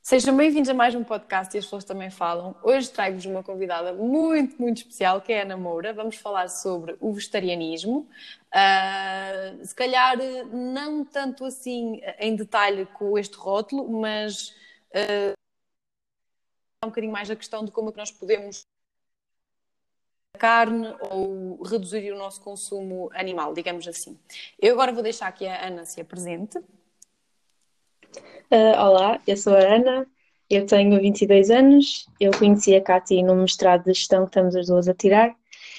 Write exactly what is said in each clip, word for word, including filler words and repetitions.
Sejam bem-vindos a mais um podcast e as pessoas também falam. Hoje trago-vos uma convidada muito, muito especial, que é a Ana Moura. Vamos falar sobre o vegetarianismo. Uh, se calhar não tanto assim em detalhe com este rótulo, mas uh, um bocadinho mais a questão de como é que nós podemos carne ou reduzir o nosso consumo animal, digamos assim. Eu agora vou deixar aqui a Ana se apresente. Uh, olá, eu sou a Ana, eu tenho vinte e dois anos, eu conheci a Cati no mestrado de gestão que estamos as duas a tirar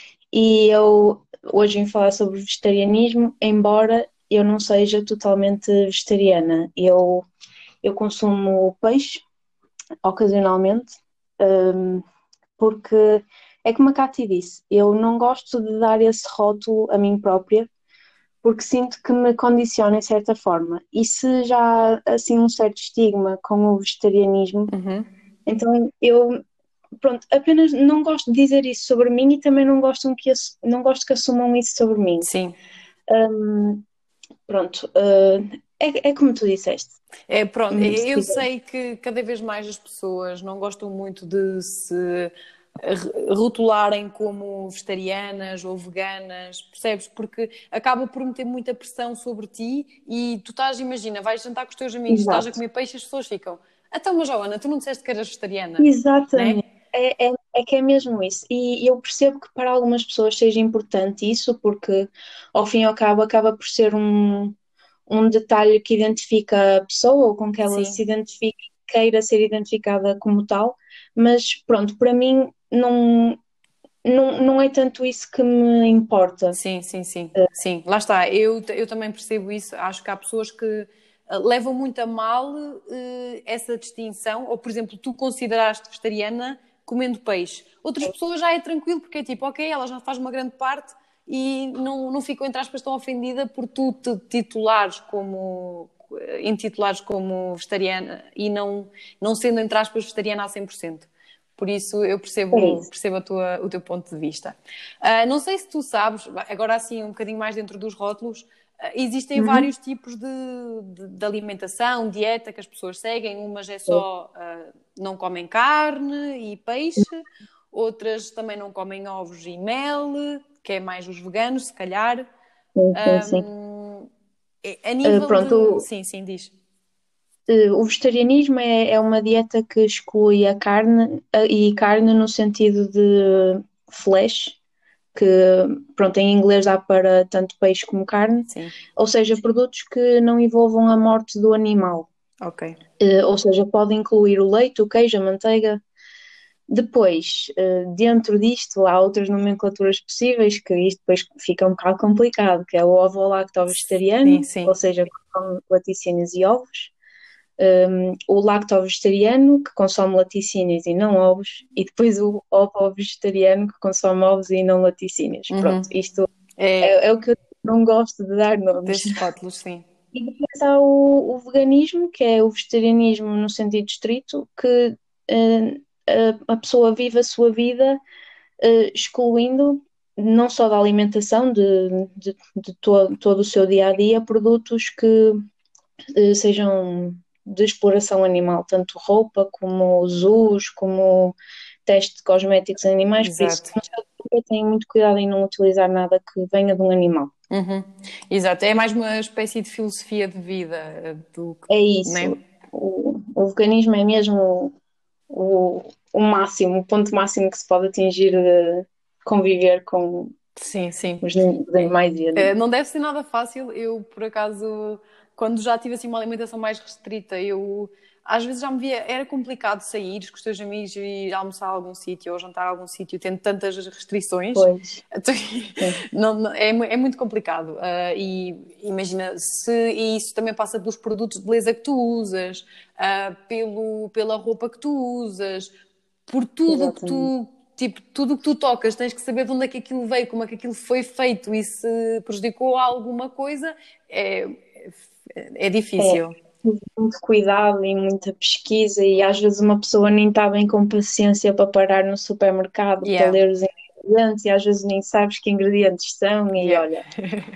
e eu hoje vim falar sobre vegetarianismo, embora eu não seja totalmente vegetariana. Eu, eu consumo peixe ocasionalmente, um, porque é como a Cati disse, eu não gosto de dar esse rótulo a mim própria porque sinto que me condiciona em certa forma. E se já há assim um certo estigma com o vegetarianismo, Uhum. então eu, pronto, apenas não gosto de dizer isso sobre mim e também não gosto que, não gosto que assumam isso sobre mim. Sim. Um, pronto, uh, é, é como tu disseste. É, pronto, Hum, se eu quiser. sei que cada vez mais as pessoas não gostam muito de se rotularem como vegetarianas ou veganas, percebes? Porque acaba por meter muita pressão sobre ti e tu estás, imagina, vais jantar com os teus amigos e estás a Exato. comer peixe e as pessoas ficam, então, mas Joana, tu não disseste que eras vegetariana, né? Exatamente. É, é, é que é mesmo isso. E eu percebo que para algumas pessoas seja importante isso, porque ao fim e ao cabo acaba por ser um, um detalhe que identifica a pessoa ou com que ela Sim, se identifica, queira ser identificada como tal, mas pronto, para mim não, não, não é tanto isso que me importa. sim, sim, sim, sim. Lá está, eu, eu também percebo isso. Acho que há pessoas que eh, levam muito a mal eh, essa distinção, ou por exemplo, tu consideraste vegetariana comendo peixe. Outras pessoas já é tranquilo, porque é tipo, ok, ela já faz uma grande parte e não, não ficam, entre aspas, tão ofendida por tu te titulares como, eh, intitulares como vegetariana e não, não sendo, entre aspas, vegetariana a cem por cento. Por isso eu É percebo, isso. percebo a tua, o teu ponto de vista. Uh, não sei se tu sabes, agora assim um bocadinho mais dentro dos rótulos, uh, existem Uhum. vários tipos de, de, de alimentação, dieta que as pessoas seguem. Umas é só uh, não comem carne e peixe, outras também não comem ovos e mel, que é mais os veganos, se calhar. Sim, sim, sim. Um, a Uh, nível de. pronto, Sim, sim, diz. Eh, O vegetarianismo é, é uma dieta que exclui a carne, eh, e carne no sentido de flesh, que pronto, em inglês dá para tanto peixe como carne, Sim, ou seja, produtos que não envolvam a morte do animal. ok. Eh, Ou seja, pode incluir o leite, o queijo, a manteiga. Depois, eh, dentro disto, há outras nomenclaturas possíveis, que isto depois fica um bocado complicado, que é o Sim, ovo-lacto-vegetariano, ou sim. seja, com laticínios e ovos, um, o lacto-vegetariano, que consome laticínios e não ovos, e depois o ovo-vegetariano, que consome ovos e não laticínios. Pronto, Uhum. isto é, É é o que eu não gosto de dar nomes. destes rótulos, sim. E depois há o, o veganismo, que é o vegetarianismo no sentido estrito, que uh, a, a pessoa vive a sua vida uh, excluindo não só da alimentação, de, de, de to, todo o seu dia a dia, produtos que eh, sejam de exploração animal, tanto roupa como zoos, como teste de cosméticos em animais, por isso Exato. no seu dia tenho muito cuidado em não utilizar nada que venha de um animal. Uhum. Exato, é mais uma espécie de filosofia de vida eh, do que, É isso. né? O, o veganismo é mesmo o, o máximo, o ponto máximo que se pode atingir de conviver com Sim, sim. os, os animais e Eh, animais. não deve ser nada fácil. Eu, por acaso, quando já tive assim uma alimentação mais restrita, eu às vezes já me via, era complicado sair com os teus amigos e ir almoçar a algum sítio ou jantar a algum sítio, tendo tantas restrições. Pois, Então, sim, não, não- é, mu- é muito complicado. Ah, e imagina, se e isso também passa pelos produtos de beleza que tu usas, ah, pelo, pela roupa que tu usas, por tudo que exatamente. tu, tipo, tudo o que tu tocas, tens que saber de onde é que aquilo veio, como é que aquilo foi feito e se prejudicou alguma coisa, é, é É, difícil. muito cuidado e muita pesquisa, e às vezes uma pessoa nem está bem com paciência para parar no supermercado para Yeah, ler os ingredientes e às vezes nem sabes que ingredientes são e yeah. olha,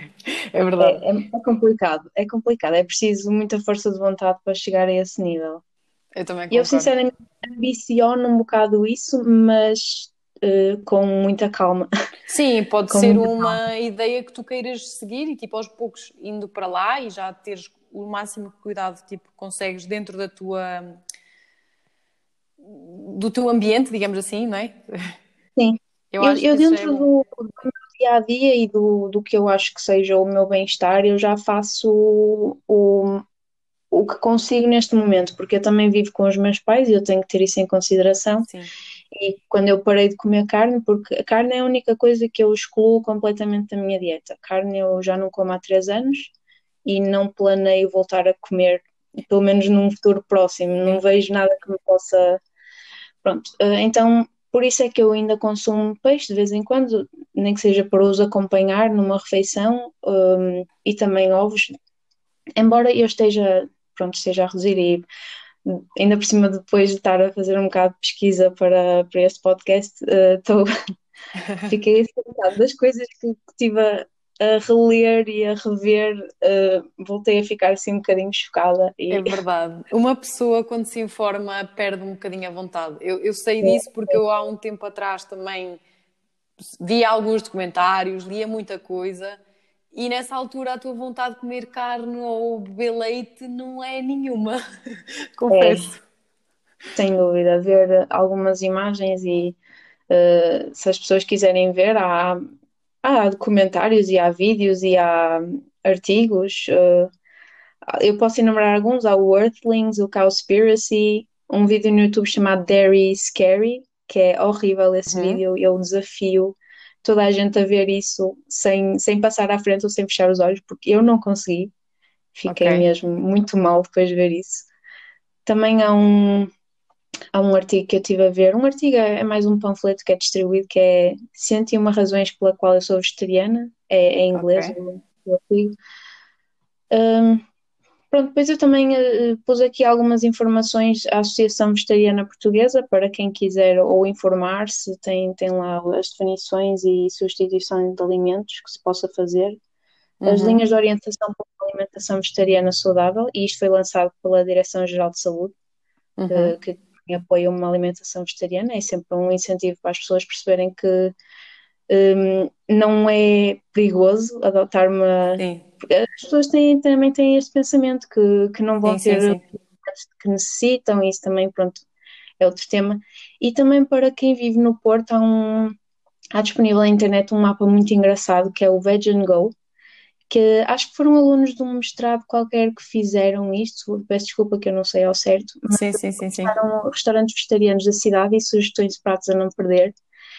É verdade. é, é, é complicado, é complicado, é preciso muita força de vontade para chegar a esse nível. Eu também Eu, concordo. sinceramente, ambiciono um bocado isso, mas eh, com muita calma. Sim, pode Com ser muita calma. uma ideia que tu queiras seguir e tipo aos poucos indo para lá e já teres o máximo de cuidado tipo consegues dentro da tua do teu ambiente, digamos assim, não é? Sim. Eu Eu, acho que eu isso já é dentro bom. do, do meu dia a dia e do, do que eu acho que seja o meu bem-estar, eu já faço o, o, o que consigo neste momento, porque eu também vivo com os meus pais e eu tenho que ter isso em consideração. Sim, E quando eu parei de comer carne, porque a carne é a única coisa que eu excluo completamente da minha dieta. Carne eu já não como há três anos e não planeio voltar a comer, pelo menos num futuro próximo. Não sim. vejo nada que me possa. Pronto, eh, então por isso é que eu ainda consumo peixe de vez em quando, nem que seja para os acompanhar numa refeição, hum, e também ovos, embora eu esteja, pronto, esteja a reduzir e ainda por cima depois de estar a fazer um bocado de pesquisa para, para este podcast, eh, estou fiquei assim, um bocado das coisas que, que estive a, a reler e a rever, eh, voltei a ficar assim um bocadinho chocada É e verdade. Uma pessoa, quando se informa, perde um bocadinho a vontade. Eu, eu sei disso porque eu, há um tempo atrás, também via alguns documentários, lia muita coisa, e nessa altura a tua vontade de comer carne ou beber leite não é nenhuma, é, confesso. sem dúvida, ver algumas imagens e eh, se as pessoas quiserem ver, há, há documentários e há vídeos e há artigos. eh, eu posso enumerar alguns, há o Earthlings, o Cowspiracy, um vídeo no YouTube chamado Dairy Scary, que é horrível esse Uhum. vídeo, eu desafio toda a gente a ver isso sem, sem passar à frente ou sem fechar os olhos, porque eu não consegui, Ok, fiquei mesmo muito mal depois de ver isso. Também há um, há um artigo que eu estive a ver, um artigo é é mais um panfleto que é distribuído, que é cento e uma razões pela qual eu sou vegetariana, é, é em inglês ok. o, o artigo. Um, Pronto, depois eu também eh, pus aqui algumas informações à Associação Vegetariana Portuguesa para quem quiser ou informar-se, tem, tem lá as definições e substituições de alimentos que se possa fazer, as linhas Uhum. de orientação para uma alimentação vegetariana saudável, e isto foi lançado pela Direção-Geral de Saúde, Uhum. que, que apoia uma alimentação vegetariana, é sempre um incentivo para as pessoas perceberem que hum, não é perigoso adotar uma. Sim, Porque as pessoas têm, também têm este pensamento que, que não vão sim, sim, ter sim. os que necessitam, e isso também, pronto, é outro tema. E também para quem vive no Porto, há, um, há disponível na internet um mapa muito engraçado que é o Veg and Go, que acho que foram alunos de um mestrado qualquer que fizeram isto, peço desculpa que eu não sei ao certo, mas Sim, sim, sim, sim. eram restaurantes vegetarianos da cidade e sugestões de pratos a não perder.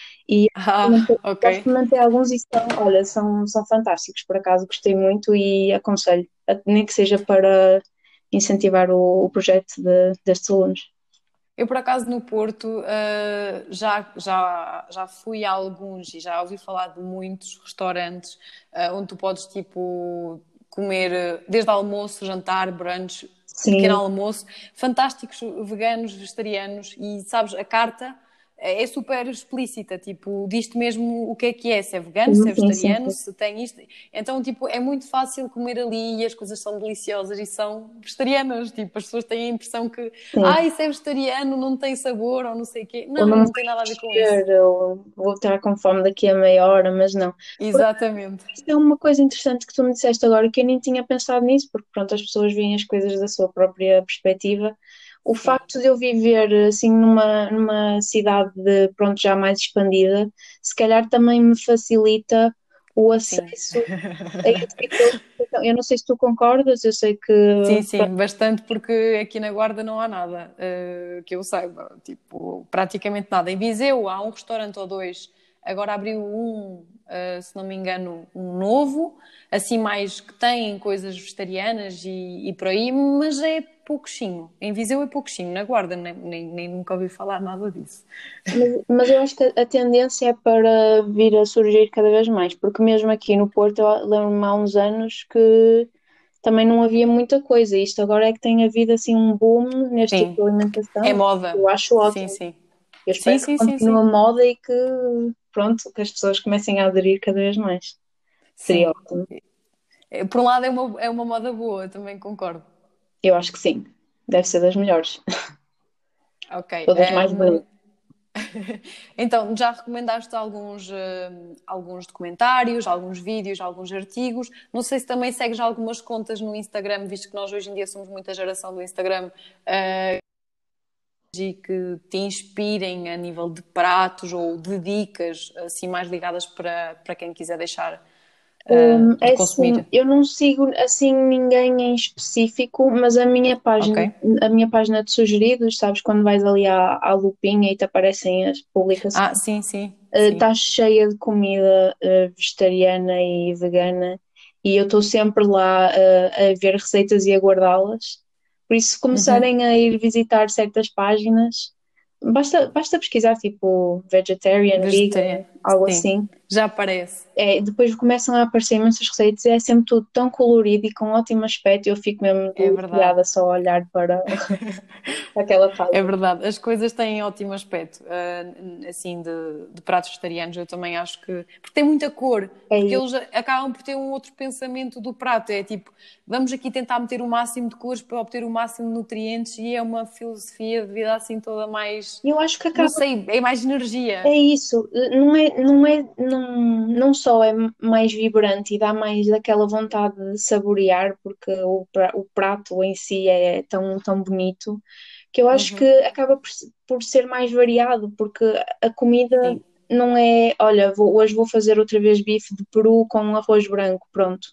E Ah, experimentei- ok. já experimentei alguns e são, olha, são, são fantásticos, por acaso gostei muito e aconselho, a- nem que seja para incentivar o, o projeto de, destes alunos. Eu, por acaso, no Porto, eh, já, já, já fui a alguns e já ouvi falar de muitos restaurantes, eh, onde tu podes, tipo, comer eh, desde almoço, jantar, brunch, pequeno Sim, almoço, fantásticos veganos, vegetarianos e, sabes, a carta é é super explícita, tipo, diz-te mesmo o que é que é, se é vegano, se sim, é sim, sim, vegetariano, sim. se tem isto. Então, tipo, é muito fácil comer ali e as coisas são deliciosas e são vegetarianas. Tipo, as pessoas têm a impressão que, ah, Sim. isso é vegetariano, não tem sabor ou não sei o quê. Ou Não, não me não tem vai nada a ver com isso. encher, ou vou estar com fome daqui a meia hora, mas não. Exatamente. Isso é uma coisa interessante que tu me disseste agora, que eu nem tinha pensado nisso, porque pronto, as pessoas veem as coisas da sua própria perspectiva. O Sim, facto de eu viver assim numa, numa cidade de, pronto, já mais expandida, se calhar também me facilita o sim. acesso a esse tipo de alimentação. Eu não sei se tu concordas, eu sei que Sim, pronto, sim, bastante porque aqui na Guarda não há nada eh, que eu saiba, tipo, praticamente nada. Em Viseu há um restaurante ou dois, agora abriu um, eh, se não me engano, um novo, assim mais que tem coisas vegetarianas e, e por aí, mas é pouquinho. Em Viseu é pouquinho, na Guarda nem, nem, nem nunca ouvi falar nada disso. mas, mas eu acho que a, a tendência é para vir a surgir cada vez mais, porque mesmo aqui no Porto, eu lembro-me há uns anos que também não havia muita coisa. Isto agora é que tem havido assim um boom neste tipo Sim, de é alimentação. moda. Eu acho Sim, ótimo. sim. Eu Sim, espero que sim, sim, continue a sim. moda e que, pronto, que as pessoas comecem a aderir cada vez mais. Seria Sim. ótimo. Eh, Por um lado é uma, é uma moda boa, também concordo. Eu acho que sim. Deve ser das melhores. Ok. todas mais Um, bonitas. então, já recomendaste alguns, eh, alguns documentários, alguns vídeos, alguns artigos. Não sei se também segues algumas contas no Instagram, visto que nós hoje em dia somos muita geração do Instagram, eh, e que te inspirem a nível de pratos ou de dicas, assim, mais ligadas para, para quem quiser deixar, eh, Hum, de é assim, consumir. eu não sigo assim ninguém em específico, mas a minha Ok? página, a minha página de sugeridos, sabes, quando vais ali à, à lupinha e te aparecem as publicações, Ah, sim, sim, sim. está cheia de comida eh, vegetariana e vegana e eu estou sempre lá eh, a ver receitas e a guardá-las. Por isso, se Uhum. começarem a ir visitar certas páginas, basta, basta pesquisar tipo vegetarian, vegan, Vegetariano, algo sim. assim. Já aparece. É, depois começam a aparecer imensas receitas e é sempre tudo tão colorido e com ótimo aspecto. Eu fico mesmo É verdade. deliciada só a olhar para aquela É página. verdade, as coisas têm ótimo aspecto, ah, assim, de, de pratos vegetarianos, eu também acho que... Porque tem muita cor, É porque isso. eles acabam por ter um outro pensamento do prato, é tipo, vamos aqui tentar meter o máximo de cores para obter o máximo de nutrientes e é uma filosofia de vida assim toda mais, E eu acho que não acaba. sei, é mais É energia. isso, não é, não é, não, não só é mais vibrante e dá mais aquela vontade de saborear, porque o, pra- o prato em si é tão, tão bonito, que eu acho que Uhum, acaba por, se- por ser mais variado, porque a comida sim, não é, olha, vou- hoje vou fazer outra vez bife de peru com arroz branco, pronto.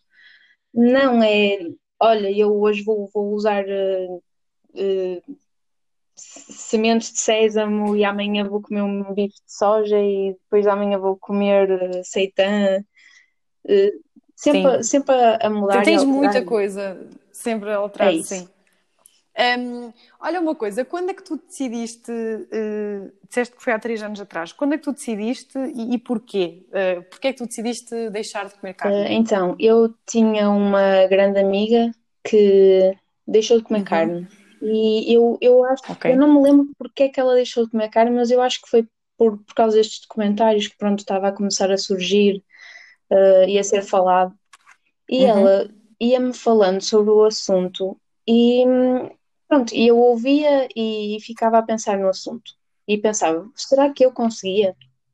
Não é, olha, eu hoje vou, vou usar eh, eh, sementes de sésamo e amanhã vou comer um bife de soja e depois amanhã vou comer eh, seitã. Eh, sim. sempre, sempre a, a Te- mudar e a Tens alterar. muita coisa sempre a É alterar, isso. sim. Hum, olha uma coisa, quando é que tu decidiste, eh, disseste que foi há três anos atrás, quando é que tu decidiste e, e porquê? Eh, porquê é que tu decidiste deixar de comer carne? Eh, então, eu tinha uma grande amiga que deixou de comer Uhum, carne. E eu, eu acho, ok. eu não me lembro porque é que ela deixou de comer carne, mas eu acho que foi por, por causa destes documentários que pronto estava a começar a surgir, eh, e a ser falado. E Uhum. ela ia-me falando sobre o assunto e hum, pronto, e eu ouvia e ficava a pensar no assunto. E pensava, será que eu conseguia?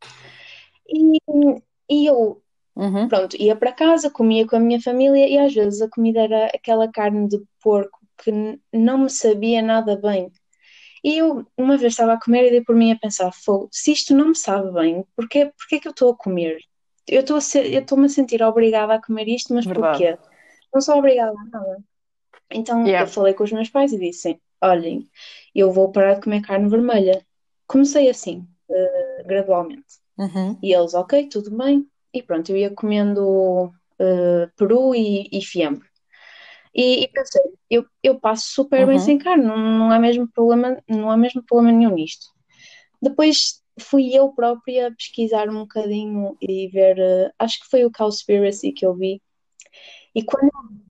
E, e eu, Uhum. pronto, ia para casa, comia com a minha família e às vezes a comida era aquela carne de porco que n- não me sabia nada bem. E eu uma vez estava a comer e dei por mim a pensar, "Fogo, se isto não me sabe bem, porquê, porquê é que eu estou a comer? Eu estou a ser, eu estou-me a sentir obrigada a comer isto, mas Verdade. porquê? Não sou obrigada a nada. Então eu Yeah. falei com os meus pais e disse: Olhem, eu vou parar de comer carne vermelha. Comecei assim, eh, gradualmente. Uhum. E eles, ok, tudo bem. E pronto, eu ia comendo eh, peru e, e fiambre. E, e pensei, eu, eu passo super bem sem Uhum. carne, não, não há mesmo problema, não há mesmo problema nenhum nisto. Depois fui eu própria pesquisar um bocadinho e ver, eh, acho que foi o Cowspiracy que eu vi. E quando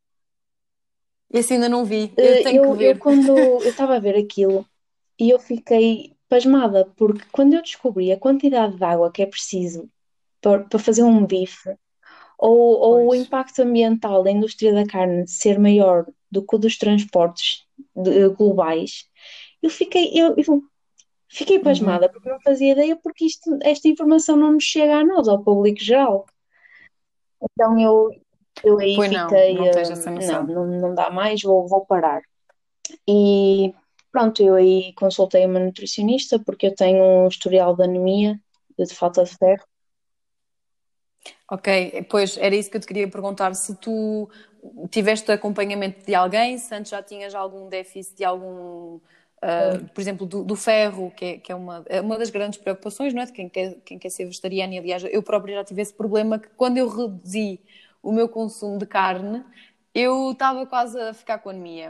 Esse ainda não vi, eu eh, tenho que eu, eu ver. quando eu estava a ver aquilo, e eu fiquei pasmada, porque quando eu descobri a quantidade de água que é preciso para, para fazer um bife, ou, ou o Pois. impacto ambiental da indústria da carne ser maior do que o dos transportes de- globais, eu fiquei, eu, eu fiquei Uhum. pasmada, porque não fazia ideia, porque isto, esta informação não nos chega a nós, ao público geral. Então eu, eu aí Pois não, fiquei, não tens essa hum, não, noção. não, não dá mais, vou, vou parar. E pronto, eu aí consultei uma nutricionista porque eu tenho um historial de anemia, de falta de ferro. Ok, pois era isso que eu te queria perguntar. Se tu tiveste acompanhamento de alguém, se antes já tinhas algum déficit de algum, ah, por exemplo, do, do ferro, que é, que é uma, é uma das grandes preocupações, não é? De quem quer, quem quer ser vegetariano. E, aliás, eu própria já tive esse problema que quando eu reduzi o meu consumo de carne, eu estava quase a ficar com anemia.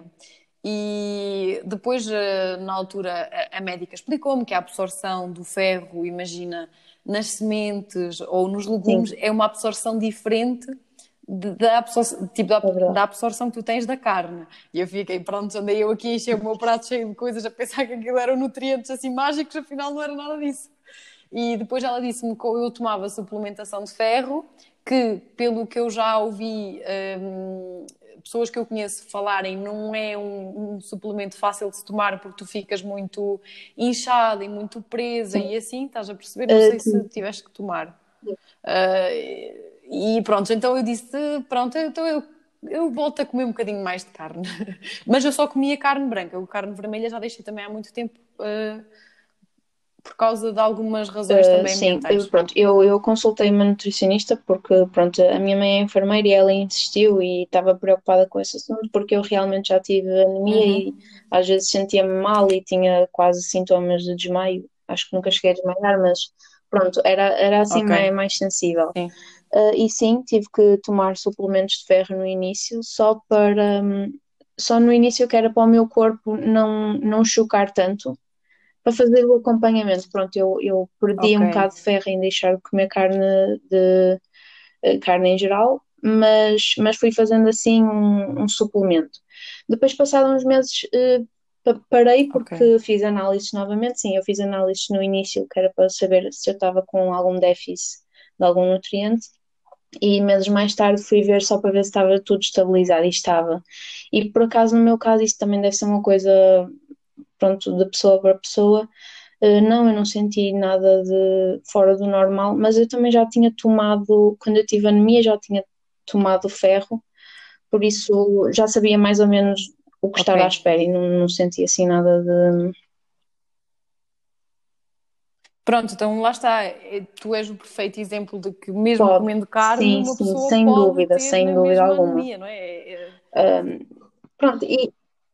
E depois, eh, na altura, a a médica explicou-me que a absorção do ferro, imagina, nas sementes ou nos Sim, legumes, é uma absorção diferente de- da absorção, tipo, da, é verdade. da absorção que tu tens da carne. E eu fiquei, pronto, andei eu aqui a encher o meu prato cheio de coisas, a pensar que aquilo eram nutrientes assim mágicos, afinal não era nada disso. E depois ela disse-me que eu tomava suplementação de ferro, que, pelo que eu já ouvi, hum, pessoas que eu conheço falarem, não é um, um suplemento fácil de se tomar porque tu ficas muito inchada e muito presa Sim. e assim, estás a perceber? Não Uh, sei se sim. tiveste que tomar. Uh, e pronto, então eu disse, pronto, então eu, eu volto a comer um bocadinho mais de carne. Mas eu só comia carne branca, o carne vermelha já deixei também há muito tempo, uh, por causa de algumas razões Uh, também sim, eu, ambientais. pronto, eu, eu consultei uma nutricionista porque, pronto, a minha mãe é enfermeira e ela insistiu e estava preocupada com esse assunto porque eu realmente já tive anemia Uhum. e às vezes sentia-me mal e tinha quase sintomas de desmaio. Acho que nunca cheguei a desmaiar, mas pronto, era, era assim Ok, mais, mais sensível. sim. Uh, e sim, tive que tomar suplementos de ferro no início, só para, hum, só no início que era para o meu corpo não, não chocar tanto para fazer o acompanhamento. Pronto, eu, eu perdi Ok, um bocado de ferro em deixar de comer carne de eh, carne em geral, mas, mas fui fazendo assim um, um suplemento. Depois, passados uns meses, eh, pa- parei ok. porque fiz análises novamente. Sim, eu fiz análises no início, que era para saber se eu estava com algum déficit de algum nutriente. E meses mais tarde fui ver só para ver se estava tudo estabilizado e estava. E por acaso, no meu caso, isso também deve ser uma coisa, pronto, de pessoa para pessoa. Uh, não, eu não senti nada de fora do normal, mas eu também já tinha tomado, quando eu tive anemia, já tinha tomado ferro, por isso já sabia mais ou menos o que Ok. estar à espera e não, não senti assim nada de. Pronto, então lá está. É- Tu és o perfeito exemplo de que, mesmo Pode, comendo carne, sim, uma sim, pessoa sem pode dúvida, ter sem na dúvida mesma alguma. anemia, não é? É- é- Um, pronto, e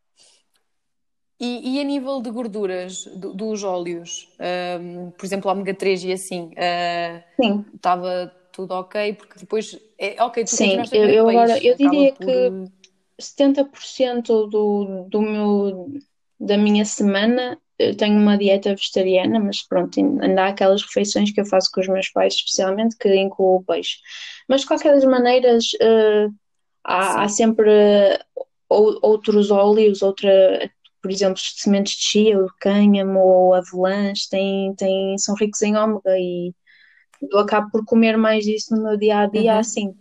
E, e a nível de gorduras do- dos óleos, hum, por exemplo, ômega três e assim, ah, sim, estava tudo ok, porque depois, é, ok, tu sim, continuaste a eu, comer eu agora, peixe, eu acaba diria por. que setenta por cento do, do meu, da minha semana eu tenho uma dieta vegetariana, mas pronto, ainda há aquelas refeições que eu faço com os meus pais, especialmente, que incluo o peixe. Mas de qualquer das maneiras, eh, há, há Sim. sempre ou- outros óleos, outra, por exemplo, sementes de chia, ou de cânhamo ou avelãs, têm, têm, são ricos em ômega e eu acabo por comer mais disso no meu dia a dia Uhum. assim.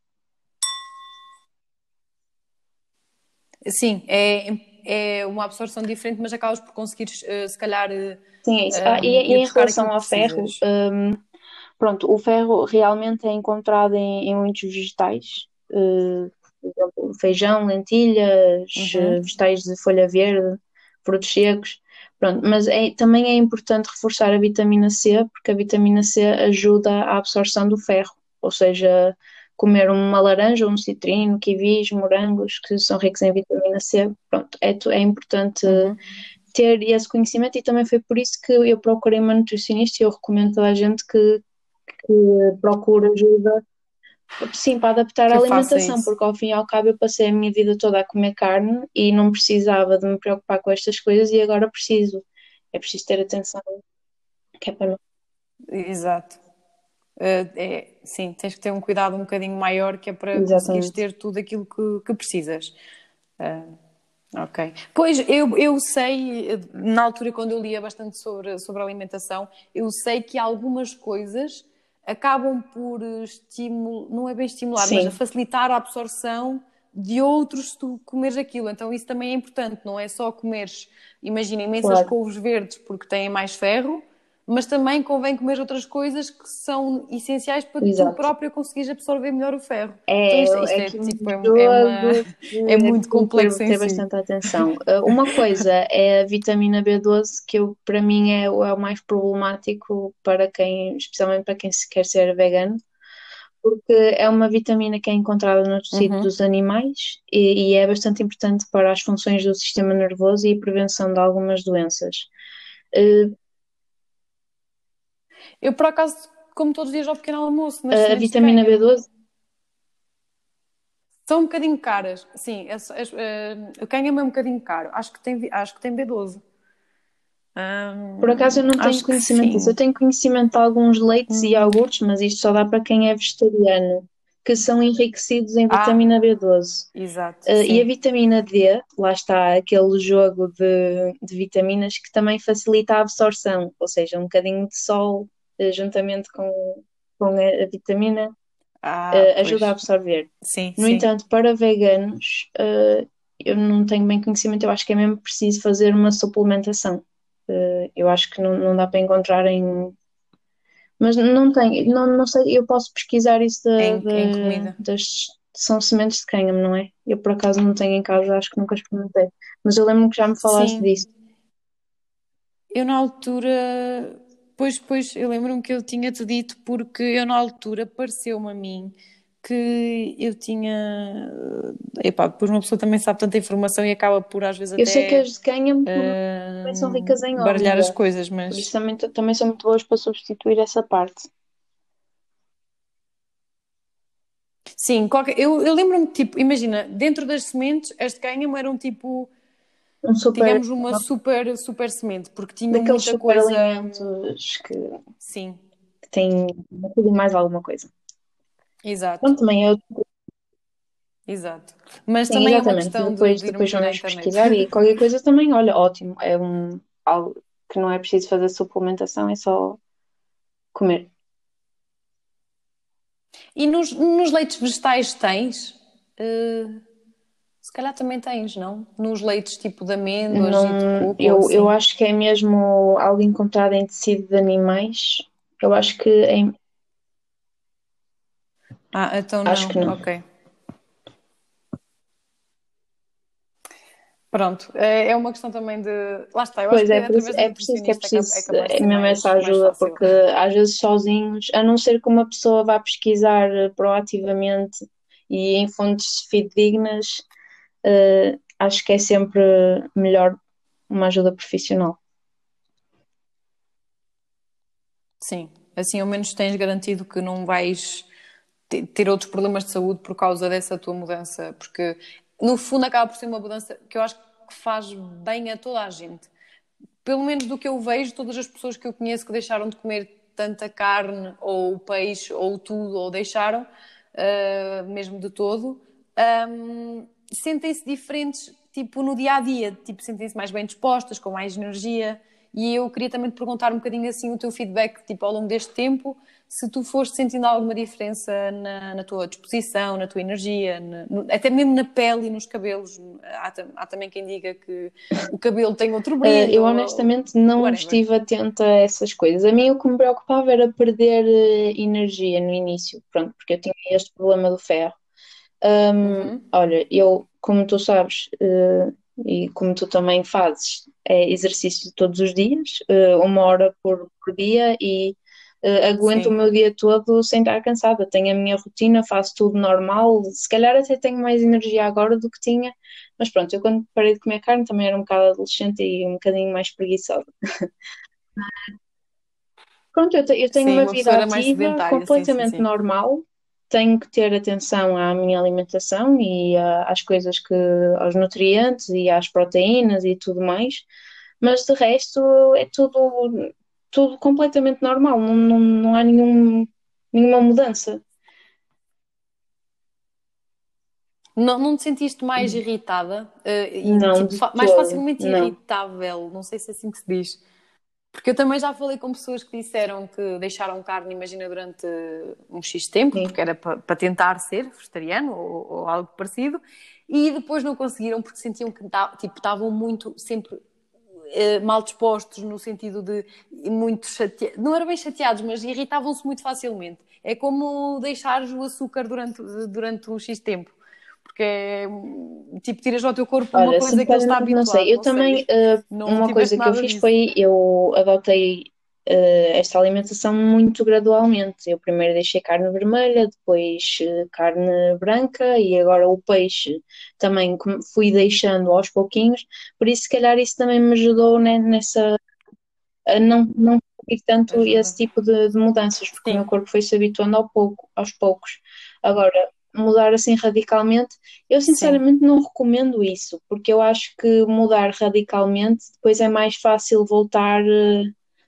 Sim, é, é uma absorção diferente, mas acabas por conseguir, eh, se calhar, eh, Sim, é isso. Ah, e, hum, e ir em buscar relação aquilo que ao ferro, precisas. hum, pronto, o ferro realmente é encontrado em, em muitos vegetais, eh, por exemplo, feijão, lentilhas, Uhum. eh, vegetais de folha verde, frutos secos. Pronto, mas é- também é importante reforçar a vitamina C, porque a vitamina C ajuda à absorção do ferro, ou seja, comer uma laranja, um citrino, kiwis, morangos, que são ricos em vitamina C. Pronto, é, tu- é importante Uhum. ter esse conhecimento e também foi por isso que eu procurei uma nutricionista e eu recomendo a toda a gente que, que procure ajuda, sim, para adaptar a Que faça alimentação, isso. porque ao fim e ao cabo eu passei a minha vida toda a comer carne e não precisava de me preocupar com estas coisas e agora preciso. É preciso ter atenção, que é para não. Exato. Uh, é, sim, tens que ter um cuidado um bocadinho maior que é para conseguires Exatamente. ter tudo aquilo que, que precisas. Uh, ok. Pois eu, eu sei, na altura quando eu lia bastante sobre, sobre alimentação, eu sei que algumas coisas acabam por estimular, não é bem estimular, mas a Sim, facilitar a absorção de outros se tu comeres aquilo. Então isso também é importante, não é só comeres, imagina, imensas claro. couves verdes porque têm mais ferro, mas também convém comer outras coisas que são essenciais para tu Exato. próprio conseguires absorver melhor o ferro. Então É, isto, isto é é aqui um tipo, é, é uma jogo que é é muito preciso ter, complexo em ter si. bastante atenção. Uh, uma coisa é a vitamina B doze, que eu, para mim é, o é o mais problemático para quem, especialmente para quem se quer ser vegano, porque é uma vitamina que é encontrada no tecido Uhum. dos animais e, e é bastante importante para as funções do sistema nervoso e a prevenção de algumas doenças. Uh, Eu, por acaso, como todos os dias ao pequeno almoço, nas a sementes de vitamina B cânhamo. doze, São um bocadinho caras. Sim, esse- esse, eh, o cânhamo é um bocadinho caro. Acho que tem, vi- acho que tem B doze. por acaso eu Hum, não tenho acho que conhecimento disso. Eu sim. tenho conhecimento de alguns leites e Hum. iogurtes, mas isto só dá para quem é vegetariano, que são enriquecidos em Ah, vitamina B doze. exato, Uh, e a sim. vitamina D, lá está aquele jogo de, de vitaminas que também facilita a absorção, ou seja, um bocadinho de sol, uh, juntamente com, com a, a vitamina. Ah, uh, ajuda a pois. absorver. Sim, No sim. entanto, para veganos, uh, eu não tenho bem conhecimento, eu acho que é mesmo preciso fazer uma suplementação. Uh, eu acho que não, não dá para encontrar em. Mas não tenho, não, não sei, eu posso pesquisar isso da- Em, em da- comida. das. São sementes de cânhamo, não é? Eu por acaso não tenho em casa, acho que nunca experimentei. Mas eu lembro que já me falaste Sim. disso. Eu na altura. Pois, pois, eu lembro-me que eu tinha-te dito porque eu na altura pareceu-me a mim que eu tinha. Epá, depois uma pessoa também sabe tanta informação e acaba por às vezes Eu sei que até as de cânhamo também são ricas hum, em baralhar as ômega, coisas, por isso mas também, também são muito boas para substituir essa parte. sim, qualquer... eu, eu lembro-me, tipo, imagina, dentro das sementes, as de cânhamo eram tipo, Um super, digamos, uma super, super semente, porque tinham daqueles muita coisa, superalimentos que, sim, que têm tudo e mais alguma coisa. exato, Pronto, também eu, exato. Mas sim, também é uma exatamente. questão de, Depois, de irmos depois ver na vamos internet. pesquisar e qualquer coisa também, olha, ótimo. É um, algo que não é preciso fazer suplementação, é só comer. E nos, nos leites vegetais tens? Eh, se calhar também tens, não? Nos leites tipo de amêndoas e de Não, coco ou eu, eu assim. acho que é mesmo algo encontrado em tecido de animais. Eu acho que em, Ah, então acho não, que não. ok. Pronto, é é uma questão também de. Lá está, eu acho Pois que é, por isso- através do é preciso que é nutricionista é cap- é preciso capaz de é ser mesmo essa mais, mais ajuda, fácil. porque às vezes sozinhos, a não ser que uma pessoa vá pesquisar eh, proativamente e em fontes fidedignas, eh, acho que é sempre melhor uma ajuda profissional. Sim, assim ao menos tens garantido que não vais te- ter outros problemas de saúde por causa dessa tua mudança, porque no fundo acaba por ser uma mudança que eu acho que faz bem a toda a gente. Pelo menos do que eu vejo, todas as pessoas que eu conheço que deixaram de comer tanta carne ou peixe ou tudo, ou deixaram, uh, mesmo de todo, um, sentem-se diferentes, tipo, no dia a dia, tipo, sentem-se mais bem dispostas, com mais energia. E eu queria também te perguntar um bocadinho assim o teu feedback, tipo, ao longo deste tempo, se tu foste sentindo alguma diferença na, na tua disposição, na tua energia, na, no, até mesmo na pele e nos cabelos. Há, há, também quem diga que o cabelo tem outro Eh, brilho, eu ou, honestamente não whatever. estive atenta a essas coisas. A mim o que me preocupava era perder eh, energia no início, pronto, porque eu tinha este problema do ferro. Hum, Uhum. olha, eu, como tu sabes, eh, e como tu também fazes, é exercício todos os dias, eh, uma hora por, por dia, e eh, aguento o Sim. meu dia todo sem estar cansada. Tenho a minha rotina, faço tudo normal. Se calhar até tenho mais energia agora do que tinha, mas pronto, eu quando parei de comer carne também era um bocado adolescente e um bocadinho mais preguiçosa. Pronto, eu, te- eu tenho Sim, uma uma vida pessoa era mais ativa, sedentária, sim, sim, completamente sim. normal. Tenho que ter atenção à minha alimentação e ah, às coisas que, aos nutrientes e às proteínas e tudo mais, mas de resto é tudo, tudo completamente normal, não, não, não há nenhum, nenhuma mudança. Não, não te sentiste mais irritada eh, e Não, tipo, de fa- mais todo, facilmente não. irritável? Não sei se é assim que se diz. Porque eu também já falei com pessoas que disseram que deixaram carne, imagina, durante um X tempo, Sim. porque era para, para tentar ser vegetariano ou, ou algo parecido, e depois não conseguiram porque sentiam que ta- tipo, estavam muito sempre eh, mal dispostos, no sentido de muito chateados, não eram bem chateados, mas irritavam-se muito facilmente. É como deixares o açúcar durante, durante um X tempo. Porque é tipo, tiras ao teu corpo uma Olha, coisa que ele está sinceramente não sei. habituado, Eu não também, sei. eh, Não uma tiveste coisa que eu nada fiz disso. foi eu adotei eh, esta alimentação muito gradualmente. Eu primeiro deixei carne vermelha, depois eh, carne branca e agora o peixe também com- fui deixando aos pouquinhos. Por isso, se calhar, isso também me ajudou, né, nessa a não, não ter tanto esse Ajuda. tipo de, de mudanças, porque o meu Sim. corpo foi se habituando ao pouco, aos poucos. Agora, mudar assim radicalmente, eu Sim. sinceramente não recomendo isso, porque eu acho que mudar radicalmente depois é mais fácil voltar. eh,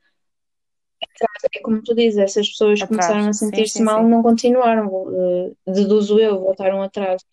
É como tu dizes, essas pessoas começaram Atrás. a Sim, sentir-se sim, mal, sim. não continuaram, eh, deduzo eu, voltaram atrás.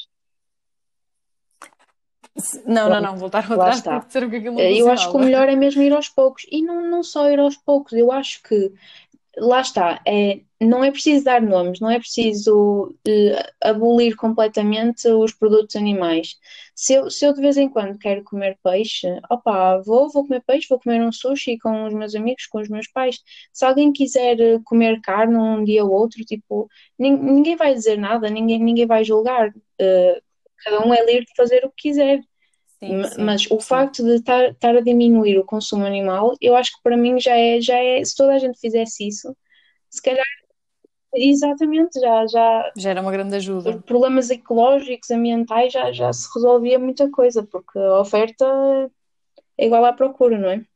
Não, não, Pronto, não. Voltaram lá atrás porque está. disseram que aquilo não Eh, Eu acho que o funcionava. melhor é mesmo ir aos poucos, e não, não só ir aos poucos, eu acho que lá está, é, não é preciso dar nomes, não é preciso eh, abolir completamente os produtos animais. Se eu, se eu de vez em quando quero comer peixe, opá, vou, vou comer peixe, vou comer um sushi com os meus amigos, com os meus pais. Se alguém quiser eh, comer carne um dia ou outro, tipo, nin- ninguém vai dizer nada, ninguém, ninguém vai julgar. Eh, cada um é livre de fazer o que quiser. Sim, Ma- sim, Mas o sim. facto de estar, estar a diminuir o consumo animal, eu acho que para mim já é, já é, se toda a gente fizesse isso, se calhar, exatamente, já, já, Já era uma grande os ajuda. problemas ecológicos, ambientais, já, já se resolvia muita coisa, porque a oferta é igual à procura, não é?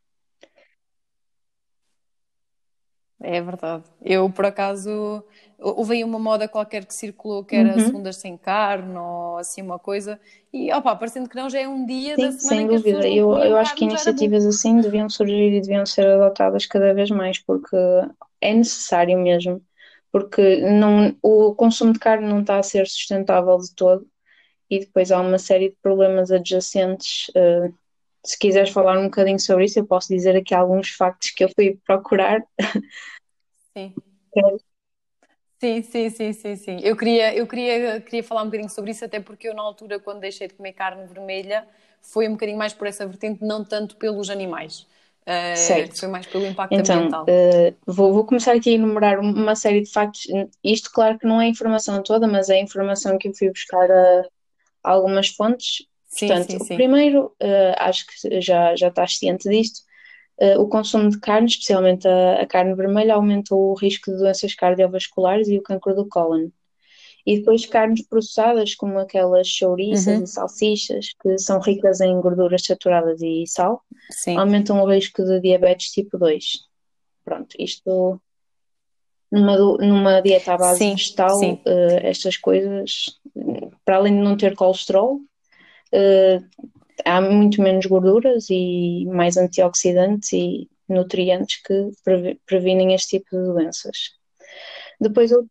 É verdade. Eu, por acaso, houve aí uma moda qualquer que circulou que era Uhum. segundas sem carne ou assim uma coisa. E, opa, parecendo que não, já é um dia da Sim, semana sem em que as pessoas dúvida. não Eu, eu comiam acho que carne, já era bom. iniciativas assim deviam surgir e deviam ser adotadas cada vez mais, porque é necessário mesmo. Porque não, o consumo de carne não está a ser sustentável de todo e depois há uma série de problemas adjacentes. eh, se quiseres falar um bocadinho sobre isso, eu posso dizer aqui alguns factos que eu fui procurar. Sim. Sim, sim, sim, sim, sim. Eu queria, eu queria, queria falar um bocadinho sobre isso, até porque eu, na altura, quando deixei de comer carne vermelha, foi um bocadinho mais por essa vertente, não tanto pelos animais. Uh, Certo. foi mais pelo impacto Então, ambiental. eh, vou, vou começar aqui a enumerar uma série de factos. Isto, claro que não é a informação toda, mas é a informação que eu fui buscar a, a algumas fontes. Sim, sim, Portanto, sim. primeiro, eh, acho que já, já estás ciente disto, eh, o consumo de carne, especialmente a, a carne vermelha, aumenta o risco de doenças cardiovasculares e o cancro do cólon. E depois carnes processadas, como aquelas chouriças e Uhum, salsichas, que são ricas em gorduras saturadas e sal, sim, aumentam o risco de diabetes tipo dois. Pronto, isto numa, do- numa dieta à base sim, vegetal, sim. eh, estas coisas, eh, para além de não ter colesterol, eh, há muito menos gorduras e mais antioxidantes e nutrientes que previ- previnem este tipo de doenças. Depois, eu-